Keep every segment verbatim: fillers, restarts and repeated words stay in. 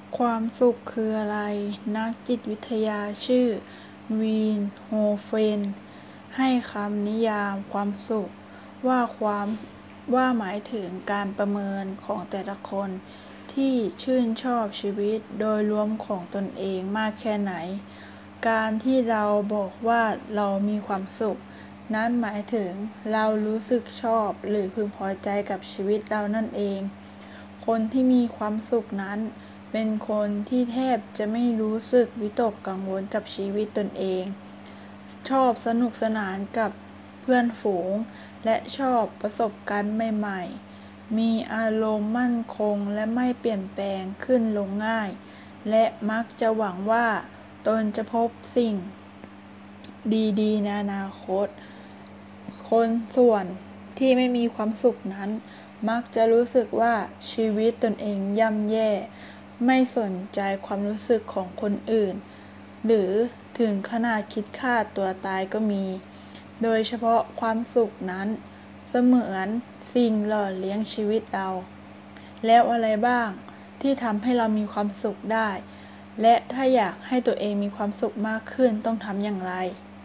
ความสุขคืออะไร นักจิตวิทยาชื่อวีนโฮเฟนให้คำนิยามความสุขว่าความว่าหมายถึงการประเมินของแต่ละคนที่ชื่นชอบชีวิตโดยรวมของตนเองมากแค่ไหน การที่เราบอกว่าเรามีความสุขนั้นหมายถึงเรารู้สึกชอบหรือพึงพอใจกับชีวิตเรานั่นเอง คนที่มีความสุขนั้นเป็นคนที่แทบจะไม่รู้สึกวิตกกังวลกับชีวิตตนเองชอบสนุกสนานกับเพื่อนฝูงและชอบประสบการณ์ใหม่ๆมีอารมณ์มั่นคงและไม่เปลี่ยนแปลงขึ้นลงง่ายและมักจะหวังว่าตนจะพบสิ่งดีๆในอนาคตคนส่วนที่ไม่มีความสุขนั้นมักจะรู้สึกว่าชีวิตตนเองย่ำแย่ไม่สนใจความรู้สึกของคนอื่นหรือถึงขนาดคิดฆ่าตัวตายก็มีโดยเฉพาะความสุขนั้นเสมือนสิ่งหล่อเลี้ยงชีวิตเราแล้วอะไรบ้างที่ทำให้เรามีความสุขได้และถ้าอยากให้ตัวเองมีความสุขมากขึ้นต้องทำอย่างไร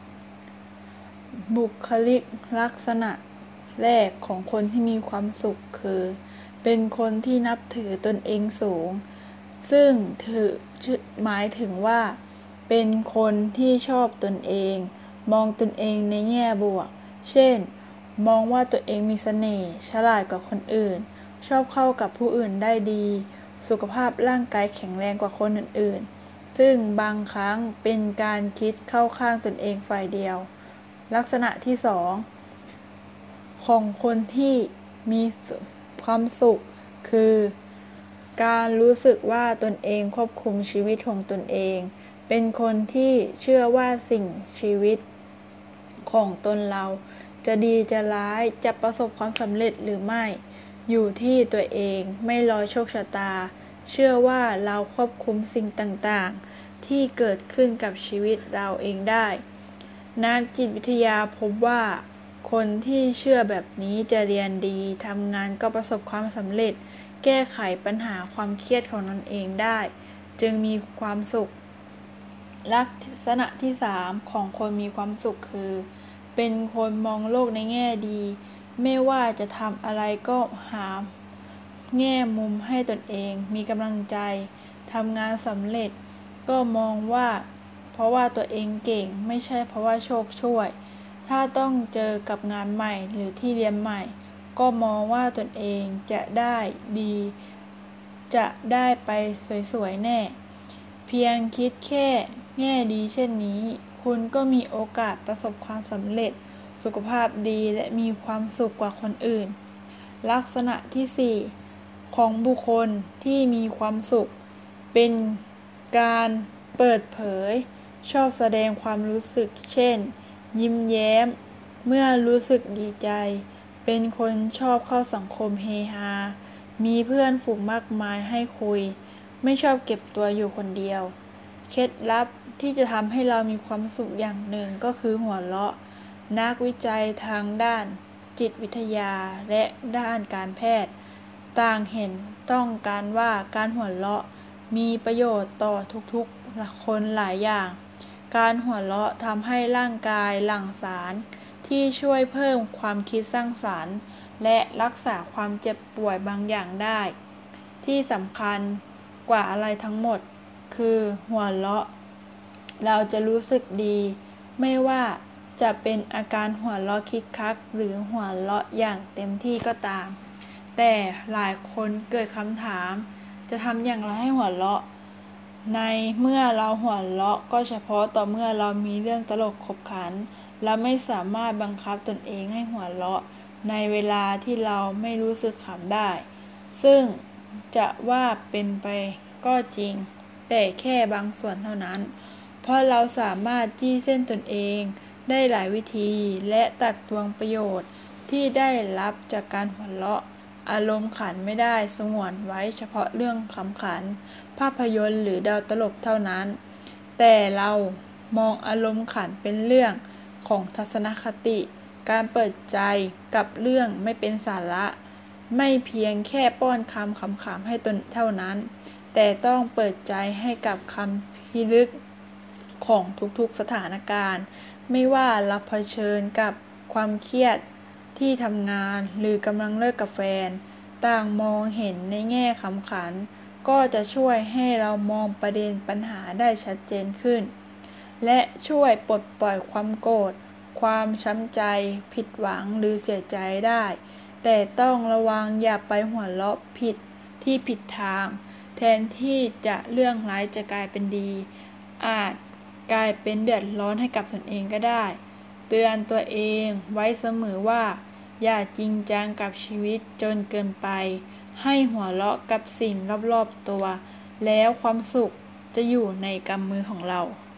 บุคลิกลักษณะแรกของคนที่มีความสุขคือเป็นคนที่นับถือตนเองสูงซึ่งถือหมายถึงว่าเป็นคนที่ชอบตนเองมองตนเองในแง่บวกเช่นมองว่าตัวเองมีเสน่ห์ฉลาดกว่าคนอื่นชอบเข้ากับผู้อื่นได้ดีสุขภาพร่างกายแข็งแรงกว่าคนอื่นๆซึ่งบางครั้งเป็นการคิดเข้าข้างตนเองฝ่ายเดียวลักษณะที่สองของคนที่มีความสุขคือการรู้สึกว่าตนเองควบคุมชีวิตของตนเองเป็นคนที่เชื่อว่าสิ่งชีวิตของตนเราจะดีจะร้ายจะประสบความสำเร็จหรือไม่อยู่ที่ตัวเองไม่รอโชคชะตาเชื่อว่าเราควบคุมสิ่งต่างๆที่เกิดขึ้นกับชีวิตเราเองได้นักจิตวิทยาพบว่าคนที่เชื่อแบบนี้จะเรียนดีทำงานก็ประสบความสำเร็จแก้ไขปัญหาความเครียดของตนเองได้จึงมีความสุขลักษณะที่สามของคนมีความสุขคือเป็นคนมองโลกในแง่ดีไม่ว่าจะทำอะไรก็หาแง่มุมให้ตนเองมีกำลังใจทำงานสำเร็จก็มองว่าเพราะว่าตัวเองเก่งไม่ใช่เพราะว่าโชคช่วยถ้าต้องเจอกับงานใหม่หรือที่เรียนใหม่ก็มองว่าตนเองจะได้ดีจะได้ไปสวยๆแน่เพียงคิดแค่แง่ดีเช่นนี้คุณก็มีโอกาสประสบความสำเร็จสุขภาพดีและมีความสุขกว่าคนอื่นลักษณะที่สี่ของบุคคลที่มีความสุขเป็นการเปิดเผยชอบแสดงความรู้สึกเช่นยิ้มแย้มเมื่อรู้สึกดีใจเป็นคนชอบเข้าสังคมเฮฮามีเพื่อนฝูงมากมายให้คุยไม่ชอบเก็บตัวอยู่คนเดียวเคล็ดลับที่จะทำให้เรามีความสุขอย่างหนึ่งก็คือหัวเราะนักวิจัยทางด้านจิตวิทยาและด้านการแพทย์ต่างเห็นต้องการว่าการหัวเราะมีประโยชน์ต่อทุกๆคนหลายอย่างการหัวเราะทำให้ร่างกายหลั่งสารที่ช่วยเพิ่มความคิดสร้างสรรค์และรักษาความเจ็บป่วยบางอย่างได้ที่สำคัญกว่าอะไรทั้งหมดคือหัวเราะเราจะรู้สึกดีไม่ว่าจะเป็นอาการหัวเราะคิกคักหรือหัวเราะอย่างเต็มที่ก็ตามแต่หลายคนเกิดคำถามจะทำอย่างไรให้หัวเราะในเมื่อเราหัวเราะก็เฉพาะต่อเมื่อเรามีเรื่องตลกขบขันและไม่สามารถบังคับตนเองให้หัวเราะในเวลาที่เราไม่รู้สึกขำได้ซึ่งจะว่าเป็นไปก็จริงแต่แค่บางส่วนเท่านั้นเพราะเราสามารถจี้เส้นตนเองได้หลายวิธีและตักตวงประโยชน์ที่ได้รับจากการหัวเราะอารมณ์ขันไม่ได้สงวนไว้เฉพาะเรื่องขำขันภาพยนตร์หรือดาวตลกเท่านั้นแต่เรามองอารมณ์ขันเป็นเรื่องของทัศนคติการเปิดใจกับเรื่องไม่เป็นสาระไม่เพียงแค่ป้อนคำขำๆให้ตนเท่านั้นแต่ต้องเปิดใจให้กับคำพิลึกของทุกๆสถานการณ์ไม่ว่าเราเผชิญกับความเครียดที่ทำงานหรือกำลังเลิกกับแฟนต่างมองเห็นในแง่ขำขันก็จะช่วยให้เรามองประเด็นปัญหาได้ชัดเจนขึ้นและช่วยปลดปล่อยความโกรธความช้ำใจผิดหวังหรือเสียใจได้แต่ต้องระวังอย่าไปหัวเราะผิดที่ผิดทางแทนที่จะเรื่องร้ายจะกลายเป็นดีอาจกลายเป็นเดือดร้อนให้กับตนเองก็ได้เตือนตัวเองไว้เสมอว่าอย่าจริงจังกับชีวิตจนเกินไปให้หัวเราะกับสิ่งรอบๆตัวแล้วความสุขจะอยู่ในกำมือของเรา